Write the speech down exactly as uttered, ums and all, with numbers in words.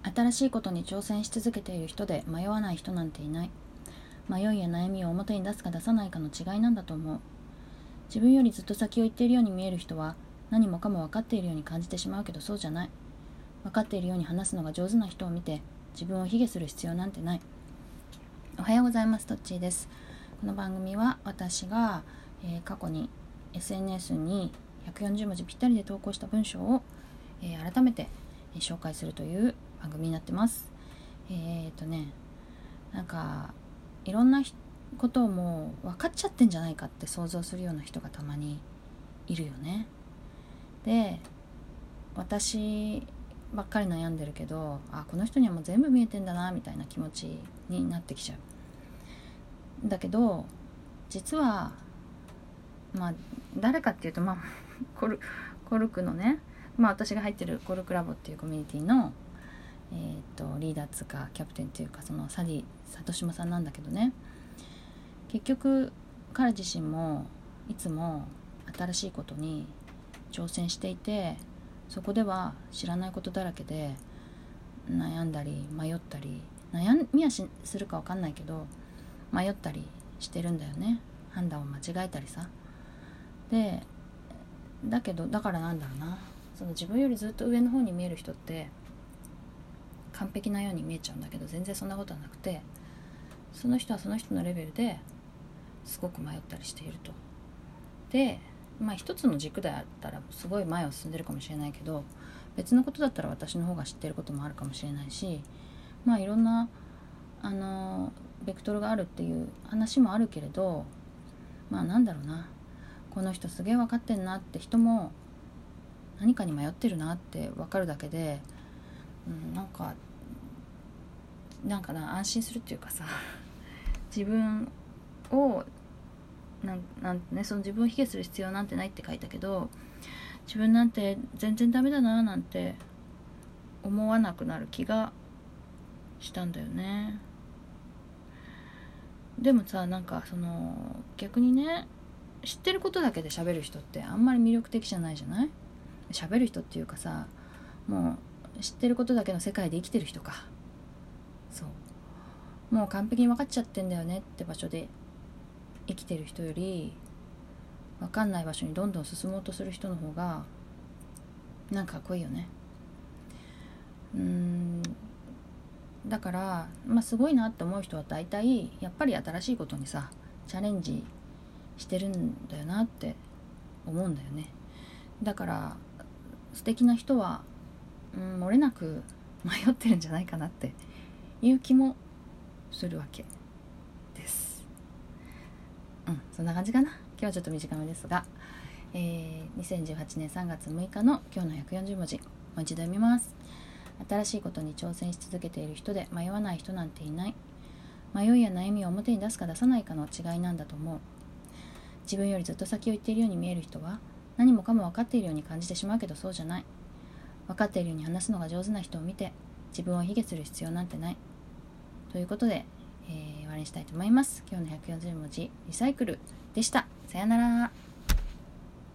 新しいことに挑戦し続けている人で迷わない人なんていない。迷いや悩みを表に出すか出さないかの違いなんだと思う。自分よりずっと先を行っているように見える人は何もかも分かっているように感じてしまうけど、そうじゃない。分かっているように話すのが上手な人を見て自分を卑下する必要なんてない。おはようございます。トッチーです。この番組は私が、えー、過去に エスエヌエス にひゃくよんじゅうもじぴったりで投稿した文章を、えー、改めて、えー、紹介するという番組になってます。えー、っとねなんかいろんなことをもう分かっちゃってんじゃないかって想像するような人がたまにいるよね。で、私ばっかり悩んでるけど、あ、この人にはもう全部見えてんだなみたいな気持ちになってきちゃう。だけど実はまあ誰かっていうと、まあコルコルクのね、まあ私が入ってるコルクラボっていうコミュニティのえー、とリーダーつかキャプテンっていうか、そのサディ里島さんなんだけどね、結局彼自身もいつも新しいことに挑戦していて、そこでは知らないことだらけで悩んだり迷ったり、悩みはしするか分かんないけど迷ったりしてるんだよね。判断を間違えたりさ。でだけどだからなんだろうな、その自分よりずっと上の方に見える人って完璧なように見えちゃうんだけど、全然そんなことはなくて、その人はその人のレベルですごく迷ったりしていると。で、まあ一つの軸であったらすごい前を進んでるかもしれないけど、別のことだったら私の方が知ってることもあるかもしれないし、まあいろんなあのベクトルがあるっていう話もあるけれど、まあなんだろうな、この人すげえ分かってんなって人も何かに迷ってるなって分かるだけで、うん、なんかなんかな安心するっていうかさ、自分をなんなんね、その自分を卑下する必要なんてないって書いたけど、自分なんて全然ダメだななんて思わなくなる気がしたんだよね。でもさ、なんかその逆にね、知ってることだけで喋る人ってあんまり魅力的じゃないじゃない？喋る人っていうかさ、もう知ってることだけの世界で生きてる人か。そうもう完璧に分かっちゃってんだよねって場所で生きてる人より、分かんない場所にどんどん進もうとする人の方がなんかかっこいいよね。うーんだから、まあ、すごいなって思う人は大体やっぱり新しいことにさチャレンジしてるんだよなって思うんだよね。だから素敵な人は、うん、漏れなく迷ってるんじゃないかなっていう気もするわけです。うん、そんな感じかな。今日はちょっと短めですが、えー、にせんじゅうはちねんさんがつむいかの今日のひゃくよんじゅうもじ、もう一度読みます。新しいことに挑戦し続けている人で迷わない人なんていない。迷いや悩みを表に出すか出さないかの違いなんだと思う。自分よりずっと先を行っているように見える人は何もかも分かっているように感じてしまうけど、そうじゃない。分かっているように話すのが上手な人を見て自分を卑下する必要なんてない。ということで、えー、終わりにしたいと思います。今日のひゃくよんじゅうもじリサイクルでした。さよなら。